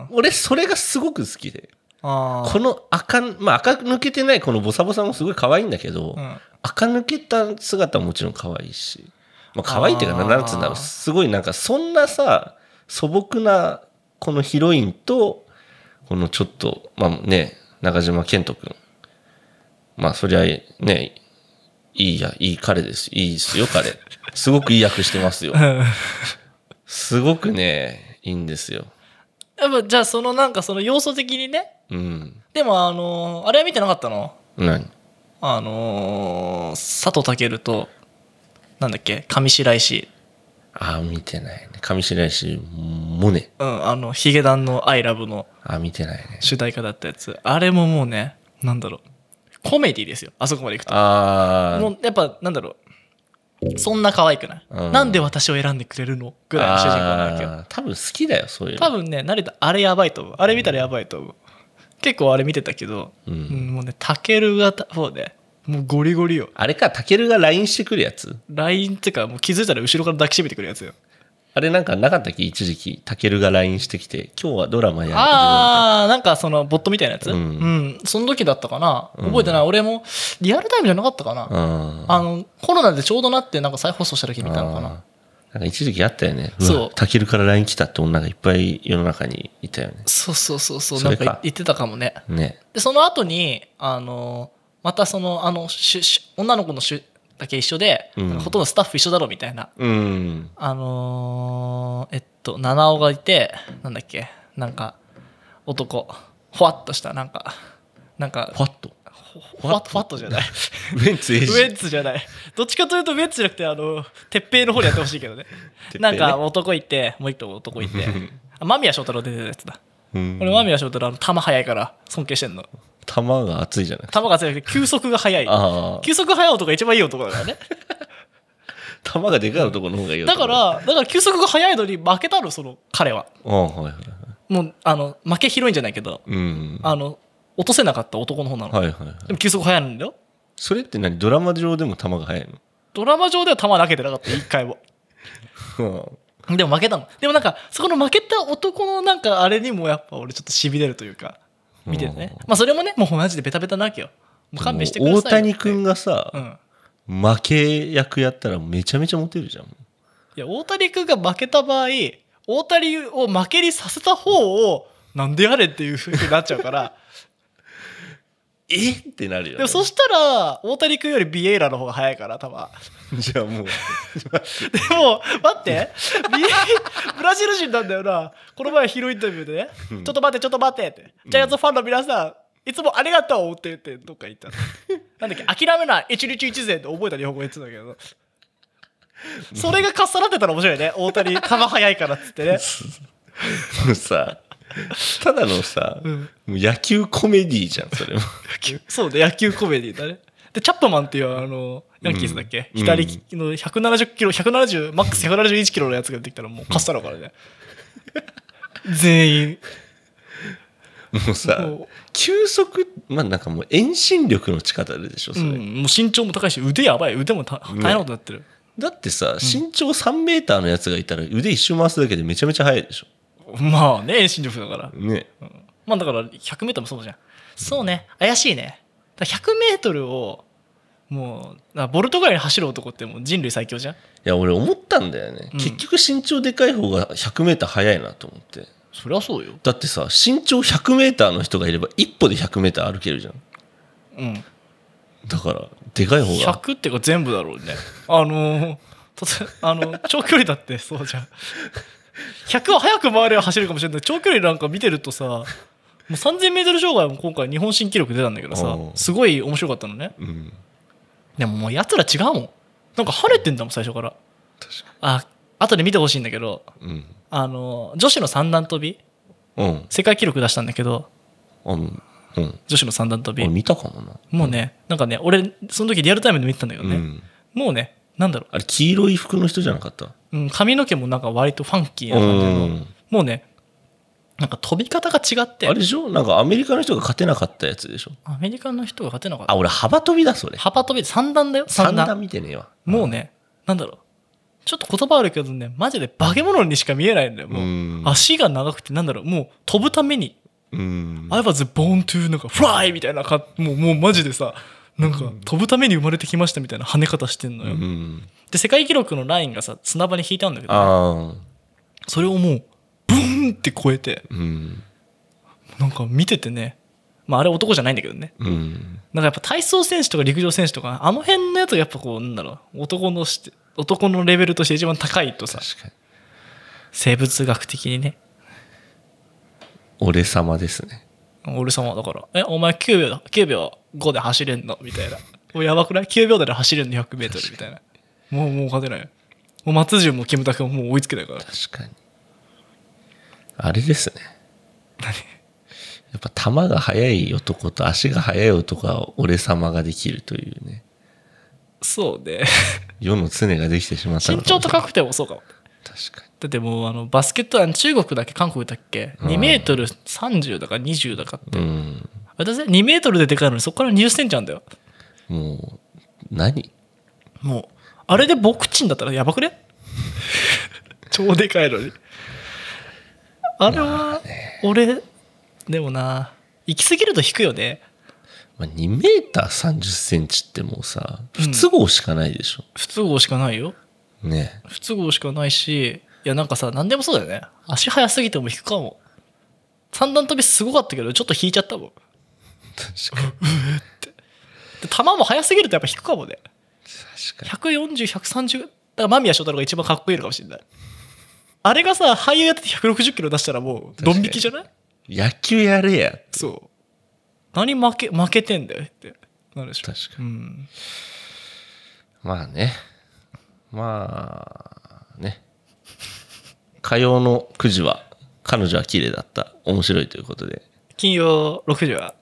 Speaker 1: 俺それがすごく好きであこの垢まあ垢抜けてないこのボサボサもすごい可愛いんだけど、うん、垢抜けた姿ももちろん可愛いし、まあ、可愛いっていうかなんつうんだろうすごいなんかそんなさ素朴なこのヒロインとこのちょっとまあね中島健人君まあそりゃねいいやいい彼ですいいですよ彼すごくいい役してますよすごくねいいんですよ。
Speaker 2: やっぱじゃあそのなんかその要素的にね、うん、でもあのー、あれは見てなかったの？
Speaker 1: 何？
Speaker 2: あのー、佐藤健となんだっけ上白石。
Speaker 1: ああ見てないね上白石もね
Speaker 2: うんあのヒゲダンのアイラブの
Speaker 1: あ見てないね
Speaker 2: 主題歌だったやつあれももうねなんだろうコメディですよあそこまでいくと
Speaker 1: あ
Speaker 2: もうやっぱなんだろうそんな可愛くない、うん、なんで私を選んでくれるのぐらいの主人公なわけよ。
Speaker 1: 多分好きだよそういうの
Speaker 2: 多分ね慣れたあれやばいと思うあれ見たらやばいと思う、うん、結構あれ見てたけど、うんうん、もうねタケルがもうねもうゴリゴリよ。
Speaker 1: あれかタケルが ライン してくるやつ
Speaker 2: ライン ってかもう気づいたら後ろから抱きしめてくるやつよ。
Speaker 1: あれなんかなかったっけ一時期タケルが ライン してきて今日はドラマやる
Speaker 2: ああなんかそのボットみたいなやつ、うん、うん、その時だったかな覚えてない、うん、俺もリアルタイムじゃなかったかな、うん、あのコロナでちょうどなってなんか再放送した時見たのかな。
Speaker 1: なんか一時期あったよね。そうタケルから ライン 来たって女がいっぱい世の中にいたよね。
Speaker 2: そうそうそうそうなんか言ってたかもね。
Speaker 1: ね
Speaker 2: でその後にあのまたそのあのしし女の子のしだけ一緒で、うん、ほとんどスタッフ一緒だろみたいな、うん、あのー、えっと七尾がいてなんだっけなんか男ほわっとしたなんかなんか
Speaker 1: ほわっと
Speaker 2: ほわっとほわっとじゃない
Speaker 1: ウエンツエイジ
Speaker 2: ウエンツじゃないどっちかというとウエンツじゃなくてあの鉄平の方でやってほしいけどねなんか男いてもう一個男いて間宮祥太朗出てるやつだ。
Speaker 1: うん
Speaker 2: 俺間宮祥太朗、あの球速いから尊敬してんの。
Speaker 1: 球が熱いじゃない。
Speaker 2: 球が強くて球速が速い。
Speaker 1: ああ。
Speaker 2: 球速速い男が一番いい男だからね。
Speaker 1: 球がでかい男の方がいいよ。
Speaker 2: だからだから球速が速いのに負けたのその彼は。
Speaker 1: ああはいはいはい。
Speaker 2: もうあの負け広いんじゃないけど、
Speaker 1: うん。
Speaker 2: あの落とせなかった男の方なの。
Speaker 1: はいはいはい。
Speaker 2: でも球速速いんだよ。
Speaker 1: それって何、ドラマ上でも球が速いの？
Speaker 2: ドラマ上では球投げてなかった一回も。でも負けたの。でもなんかそこの負けた男のなんかあれにもやっぱ俺ちょっとしびれるというか見ててね。まあそれもねもうマジでベタベタなわけよ。もう勘弁してくださいよ。
Speaker 1: 大谷君がさ、
Speaker 2: うん、
Speaker 1: 負け役やったらめちゃめちゃモテるじゃん。い
Speaker 2: や大谷君が負けた場合大谷を負けにさせた方をなんでやれっていう風になっちゃうから
Speaker 1: えってなるよね。
Speaker 2: でもそしたら大谷君よりビエイラの方が早いから多分
Speaker 1: じゃあもう
Speaker 2: でも待ってビエイブラジル人なんだよな。この前ヒーローインタビューでね、うん、ちょっと待ってちょっと待ってって、ジャイアンツファンの皆さんいつもありがとうって言ってどっか行ったのなんだっけ諦めない一日一善って覚えた日本語言ってたけどそれがかっさらってたら面白いね。大谷球速いからっつってね
Speaker 1: もうさただのさ、うん、もう野球コメディじゃんそれも
Speaker 2: そうね野球コメディだね。でチャップマンっていうあのヤンキースだっけ、うん、左のひゃくななじゅっキロひゃくななじゅうマックスひゃくななじゅういちキロのやつが出てきたらもうかっさらうからね全員
Speaker 1: もうさもう球速まあなんかもう遠心力の力でしょそれ、うん、
Speaker 2: もう身長も高いし腕やばい腕も大変なことになってる、ね、
Speaker 1: だってさ身長さんメーターのやつがいたら腕一周回すだけでめちゃめちゃ速いでしょ。
Speaker 2: まあね遠心力だから
Speaker 1: ね、
Speaker 2: うん、まあだからひゃくメートルもそうじゃん。そうね怪しいね。だひゃくメートルをもうボルトぐらいに走る男ってもう人類最強じゃん。い
Speaker 1: や俺思ったんだよね、うん、結局身長でかい方がひゃくメーター速いなと思って。
Speaker 2: そりゃそうよ。だ
Speaker 1: ってさ身長ひゃくメーターの人がいれば一歩でひゃくメーター歩けるじゃん。
Speaker 2: うん
Speaker 1: だからでかい方が
Speaker 2: ひゃくっていうか全部だろうね。あのあの長距離だってそうじゃんひゃくは速く回れば走るかもしれない。長距離なんか見てるとさもうさんぜんメートル障害も今回日本新記録出たんだけどさすごい面白かったのね、うん、でももうやつら違うもん。なんか晴れてんだもん最初から。
Speaker 1: 確かに
Speaker 2: あ後で見てほしいんだけど、うん、あの女子の三段跳び、うん、世界記録出したんだけど、うんうん、女子の三段跳び
Speaker 1: 見たかもな。
Speaker 2: もうねなんかね俺その時リアルタイムで見てたんだけどね、うん、もうねなんだろう
Speaker 1: あれ黄色い服の人じゃなかった、
Speaker 2: うん、髪の毛もなんか割とファンキーな感じの、うん、もうねなんか飛び方が違って
Speaker 1: あれでしょなんかアメリカの人が勝てなかったやつでしょ。
Speaker 2: アメリカの人が勝てなかった。
Speaker 1: あ俺幅跳びだそれ。
Speaker 2: 幅跳びで三段だよ。三段
Speaker 1: 三段見てねえわ。
Speaker 2: もうねなんだろうちょっと言葉あるけどねマジで化け物にしか見えないんだよ。もう、うん、足が長くてなんだろうもう飛ぶために、うん、I was born to なんか fly みたいなかもうもうマジでさなんか飛ぶために生まれてきましたみたいな跳ね方してんのよ、うん、で世界記録のラインがさ砂場に引いてあるんだけど、ね、それをもうブーンって超えて、うん、なんか見ててねまああれ男じゃないんだけどね、うん、なんかやっぱ体操選手とか陸上選手とかあの辺のやつがやっぱこうなんだろう男のして男のレベルとして一番高いとさ生物学的にね
Speaker 1: 俺様ですね。
Speaker 2: 俺様だからえお前きゅうびょうだきゅうびょうごで走れんのみたいなもうやばくない ?きゅうびょう台で走れんの ひゃくメートル みたいなもうもう勝てないもう松潤もキムタクももう追いつけないから。
Speaker 1: 確かにあれですね
Speaker 2: 何や
Speaker 1: っぱ球が速い男と足が速い男は俺様ができるというね。
Speaker 2: そうね
Speaker 1: 世の常ができてしまったの
Speaker 2: 身長高くてもそうかも。
Speaker 1: 確かに
Speaker 2: だってもうあのバスケットは中国だっけ韓国だっけにメートルさんじゅうだかにじゅうだかって、うん、私にメートルででかいのにそこからにじゅっセンチあんだよ。
Speaker 1: もう何
Speaker 2: もうあれでボクチンだったらやばくね超でかいのにあれは俺でもな行き過ぎると引くよね。
Speaker 1: まあ、にメーターさんじゅっセンチってもうさ不都合しかないでしょ、うん、
Speaker 2: 不都合しかないよ
Speaker 1: ね。
Speaker 2: 不都合しかないしいやなんかさ何でもそうだよね。足速すぎても引くかも。三段跳びすごかったけどちょっと引いちゃったもん
Speaker 1: 確かに
Speaker 2: ってで球も速すぎるとやっぱ引くかもね。
Speaker 1: 確かに
Speaker 2: ひゃくよんじゅう、ひゃくさんじゅうだから間宮祥太朗が一番かっこいいのかもしれない。あれがさ俳優やっててひゃくろくじゅっキロ出したらもうドン引きじゃない？
Speaker 1: 野球やれや。
Speaker 2: そう何負け負けてんだよってなるでしょ。
Speaker 1: 確かに、うん、まあねまあね火曜のくじは彼女は綺麗だった。面白いということで。
Speaker 2: 金曜ろくじは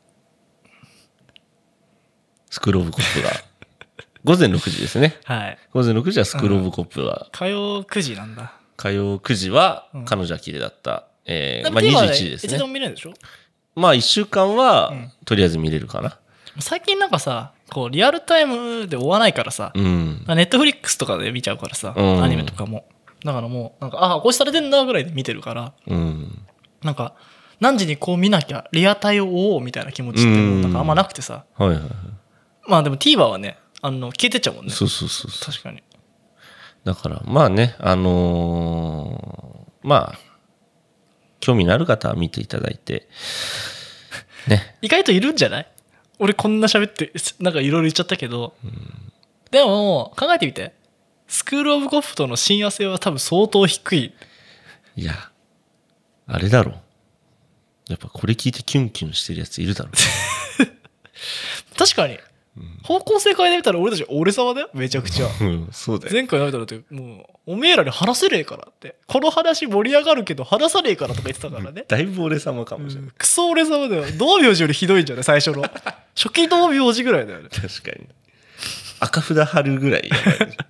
Speaker 1: スクールオブコップが。午前ろくじですね。
Speaker 2: はい。
Speaker 1: 午前ろくじはスクールオブコップが。
Speaker 2: うん、火曜くじなんだ。
Speaker 1: 火曜くじは彼女は綺麗だった。うん、えー、まあにじゅういちじですね。
Speaker 2: いつでも見れるでしょ？
Speaker 1: まあいっしゅうかんは、うん、とりあえず見れるかな。
Speaker 2: 最近なんかさ、こうリアルタイムで追わないからさ、ネットフリックスとかで見ちゃうからさ、うん、アニメとかも。だからもう、なんか、ああ、こうされてんだぐらいで見てるから、うん、なんか、何時にこう見なきゃ、リアタイを追おうみたいな気持ちってもうなんかあんまなくてさ。はいはいはい。まあでも TVer はね、あの消えてっちゃうもんね。
Speaker 1: そうそうそうそう。
Speaker 2: 確かに。
Speaker 1: だからまあね、あのー、まあ、興味のある方は見ていただいて、ね。
Speaker 2: 意外といるんじゃない？俺こんな喋って、なんかいろいろ言っちゃったけど、うん、でも考えてみて。スクールオブコップとの親和性は多分相当低い。
Speaker 1: いや、あれだろ。やっぱこれ聞いてキュンキュンしてるやついるだろ。
Speaker 2: 確かに、うん、方向性変えてみたら俺たち俺様だよ、めちゃくちゃ。
Speaker 1: うん、そうだよ。
Speaker 2: 前回やめたらってもうおめえらに話せねえからって、この話盛り上がるけど話さねえからとか言ってたからね。
Speaker 1: だいぶ俺様かもしれない。うん、
Speaker 2: クソ俺様だよ。道明寺よりひどいんじゃない最初の。初期道明寺ぐらいだよね。
Speaker 1: 確かに。赤札貼るぐらいやばい。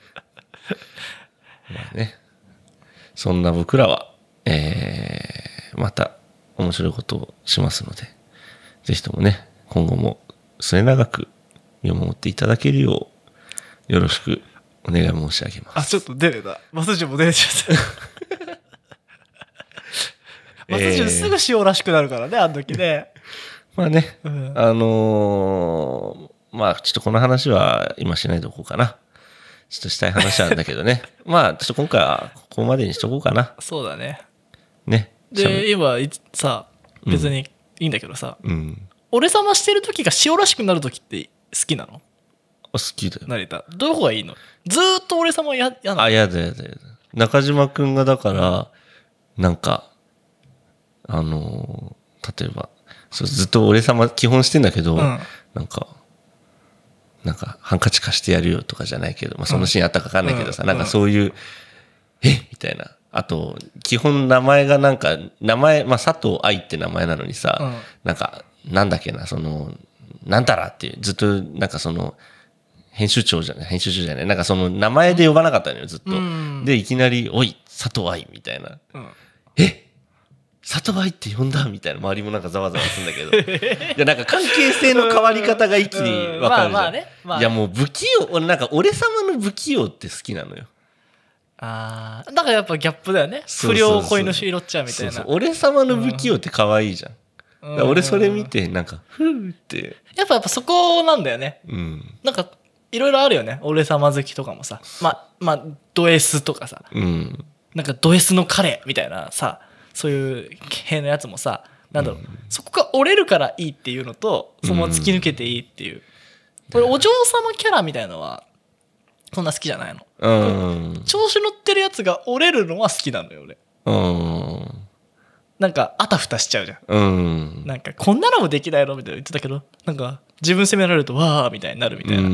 Speaker 1: まあね、そんな僕らは、えー、また面白いことをしますので、ぜひともね、今後も末永く見守っていただけるよう、よろしくお願い申し上げます。
Speaker 2: あ、ちょっと出れた。マスジュも出れちゃった。マスジュすぐ塩らしくなるからね、あの時ね。
Speaker 1: まあね、うん、あのー、まあちょっとこの話は今しないでおこうかな。ちょっとしたい話なんだけどね。まあちょっと今回はここまでにしとこうかな。
Speaker 2: そうだね。
Speaker 1: ね。
Speaker 2: で今さ、別にいいんだけどさ、うん、俺様してる時が塩らしくなる時って好きなの？
Speaker 1: 好きだよ。
Speaker 2: 成田どこがいいの？ずーっと俺様ややな。
Speaker 1: あ、やだやだやだ。中島くんがだからなんかあのー、例えばそうずっと俺様基本してんだけど、うん、なんかなんかハンカチ貸してやるよとかじゃないけど、まあ、そのシーンあったか分かんないけどさ、うん、なんかそういう、うん、えみたいな。あと基本名前がなんか名前、まあ、佐藤愛って名前なのにさ、うん、なんかなんだっけな、そのなんだらっていうずっとなんかその編集長じゃない編集長じゃないなんかその名前で呼ばなかったのよずっと、うん、でいきなりおい佐藤愛みたいな、うん、え佐藤愛って呼んだみたいな、周りもなんかざわざわするんだけどいやなんか関係性の変わり方が一気に分かるじゃん。まあまあね、まあね、いやもう不器用、俺なんか俺様の不器用って好きなのよ。
Speaker 2: ああ、だからやっぱギャップだよね。不良恋のシーロッチャーみたいな。そうそう、
Speaker 1: 俺様の不器用って可愛いじゃん。うん、だから俺それ見てなんかふーって
Speaker 2: やっぱやっぱそこなんだよね。うん、なんかいろいろあるよね。俺様好きとかもさ、ままあド S とかさ、うん、なんかド S の彼みたいなさ。そういう系のやつもさ、なんだろう、うん、そこが折れるからいいっていうのと、その突き抜けていいっていう。うん、俺お嬢様キャラみたいのはそんな好きじゃないの。うん、調子乗ってるやつが折れるのは好きなのよ俺。うん、なんかあたふたしちゃうじゃん。うん、なんかこんなのもできないのみたいな言ってたけど、なんか自分責められるとわーみたいになるみたいな。うん、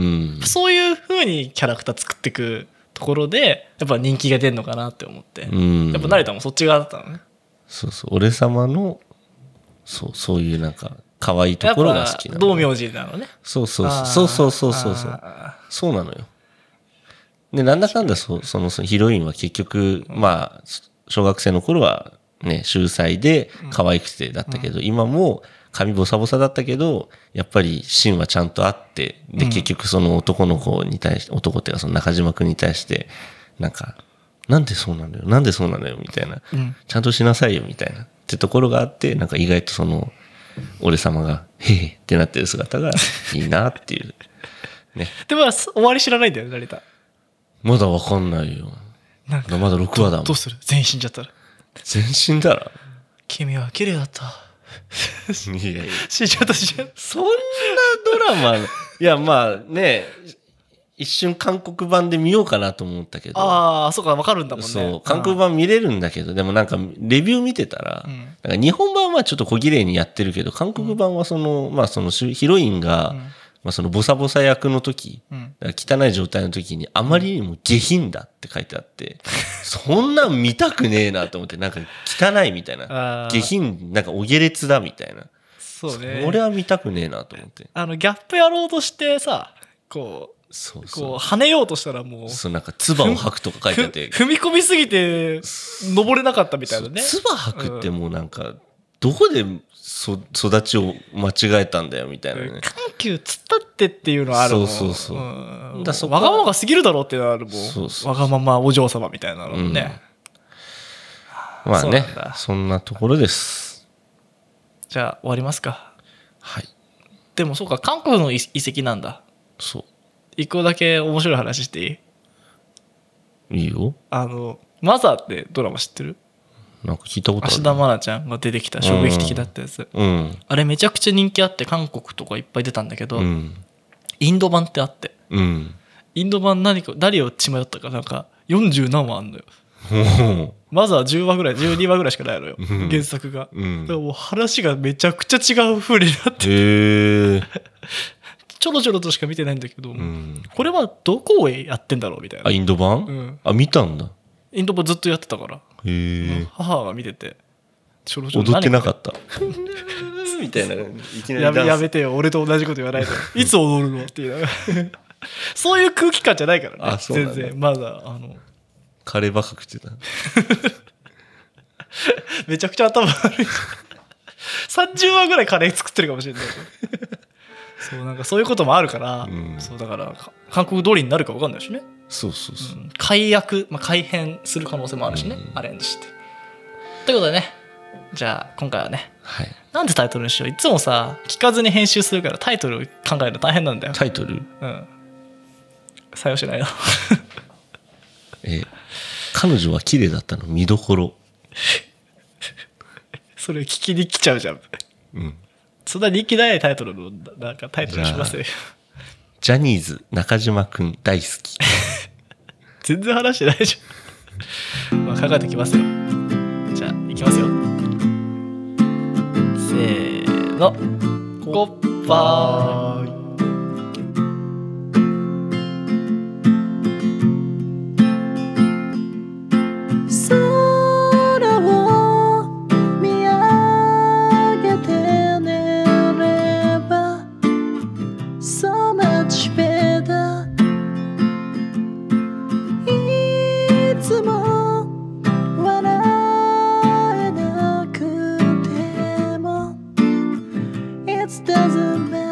Speaker 2: そういう風にキャラクター作っていくところでやっぱ人気が出るのかなって思って。うん、やっぱ成田もそっち側だったのね。
Speaker 1: そうそう、俺様のそうそういうなんか可愛いところが好きなの。
Speaker 2: 道明寺なのね。
Speaker 1: そうそうそうそうそうそうそうそうなのよ。でなんだかんだそそのヒロインは結局、うん、まあ小学生の頃はね秀才で可愛くてだったけど、うん、今も髪ボサボサだったけどやっぱり芯はちゃんとあってで、うん、結局その男の子に対して男っていうかその中島君に対してなんか。なんでそうなのよなんでそうなのよみたいな、うん、ちゃんとしなさいよみたいなってところがあってなんか意外とその俺様がへえってなってる姿がいいなっていうね。
Speaker 2: でも終わり知らないんだよね成田。
Speaker 1: まだわかんないよ。なんかまだろくわだもん。
Speaker 2: どうする全員死んじゃったら。
Speaker 1: 全員死んだら
Speaker 2: 君は綺麗だった
Speaker 1: いやいや
Speaker 2: 死んじゃった死んじゃった。
Speaker 1: そんなドラマいやまあね一瞬韓国版で見ようかなと思ったけど。
Speaker 2: ああ、そうか、わかるんだもんね。
Speaker 1: そう、韓国版見れるんだけど、でもなんかレビュー見てたら、うん、なんか日本版はちょっと小綺麗にやってるけど、韓国版はその、うん、まあそのヒロインが、 まあ、そのボサボサ役の時、
Speaker 2: うん、
Speaker 1: 汚い状態の時にあまりにも下品だって書いてあって、そんなん見たくねえなと思って、なんか汚いみたいな。下品、なんかお下劣だみたいな。
Speaker 2: そうね。
Speaker 1: 俺は見たくねえなと思って。
Speaker 2: あの、ギャップやろうとしてさ、こう、
Speaker 1: そうそう
Speaker 2: こう跳ねようとしたらもう
Speaker 1: そうなんか唾を吐くとか書いてあって
Speaker 2: 踏み込みすぎて登れなかったみたいなね。
Speaker 1: 唾吐くってもうなんか、うん、どこでそ育ちを間違えたんだよみたいなね。
Speaker 2: 緩急つったってっていうのはあるもん。
Speaker 1: そうそうそう。うん、
Speaker 2: だそわがままが過ぎるだろうっていうのはあるもん。
Speaker 1: そうそう
Speaker 2: わがままお嬢様みたいなのもね。
Speaker 1: うん、まあね そ, そんなところです。
Speaker 2: じゃあ終わりますか。
Speaker 1: はい。
Speaker 2: でもそうか韓国の遺跡なんだ。
Speaker 1: そう。
Speaker 2: 一個だけ面白い話していい？
Speaker 1: いいよ。
Speaker 2: あのマザーってドラマ知ってる？
Speaker 1: なんか聞いたことある。
Speaker 2: 芦田愛菜ちゃんが出てきた衝撃的だったやつ、
Speaker 1: うん、
Speaker 2: あれめちゃくちゃ人気あって韓国とかいっぱい出たんだけど、
Speaker 1: うん、
Speaker 2: インド版ってあって、
Speaker 1: うん、
Speaker 2: インド版何か誰を血迷ったかなんかよんじゅう何話あんのよマザーじゅうわぐらいじゅうにわぐらいしかないのよ、うん、原作が、うん、だからもう話がめちゃくちゃ違う風になってへちょろちょろとしか見てないんだけど、うん、これはどこへやってんだろうみたいな。
Speaker 1: あインド版、うん、あ見たんだ。
Speaker 2: インド版ずっとやってたから、
Speaker 1: へ
Speaker 2: 母が見てて
Speaker 1: ちょろちょろ踊ってなかったみたいな。いきなりダンス や,
Speaker 2: やめてよ俺と同じこと言わないでいつ踊るのっていうそういう空気感じゃないからね。あそうなんだ。全然まだあの
Speaker 1: カレーばっか食ってた
Speaker 2: めちゃくちゃ頭悪いさんじゅうわぐらいカレー作ってるかもしれないそうなんかそういうこともあるから、うん、そうだから韓国通りになるか分かんないしね。
Speaker 1: そうそうそう、うん、
Speaker 2: 改訳、まあ、改変する可能性もあるしね、うん、アレンジしてということでね、じゃあ今回はね、はい、なんでタイトルにしよう。いつもさ聞かずに編集するからタイトル考えるの大変なんだよ。
Speaker 1: タイトル
Speaker 2: うん採用しないの
Speaker 1: え彼女は綺麗だったの見どころ
Speaker 2: それ聞きに来ちゃうじゃん。うんそんな人気ないタイトルのなんかタイトルしますよ。
Speaker 1: ジャニーズ中島くん大好き
Speaker 2: 全然話してないじゃんまあ考えてきますよ。じゃあいきますよ。せーのゴッバイ。
Speaker 3: Doesn't matter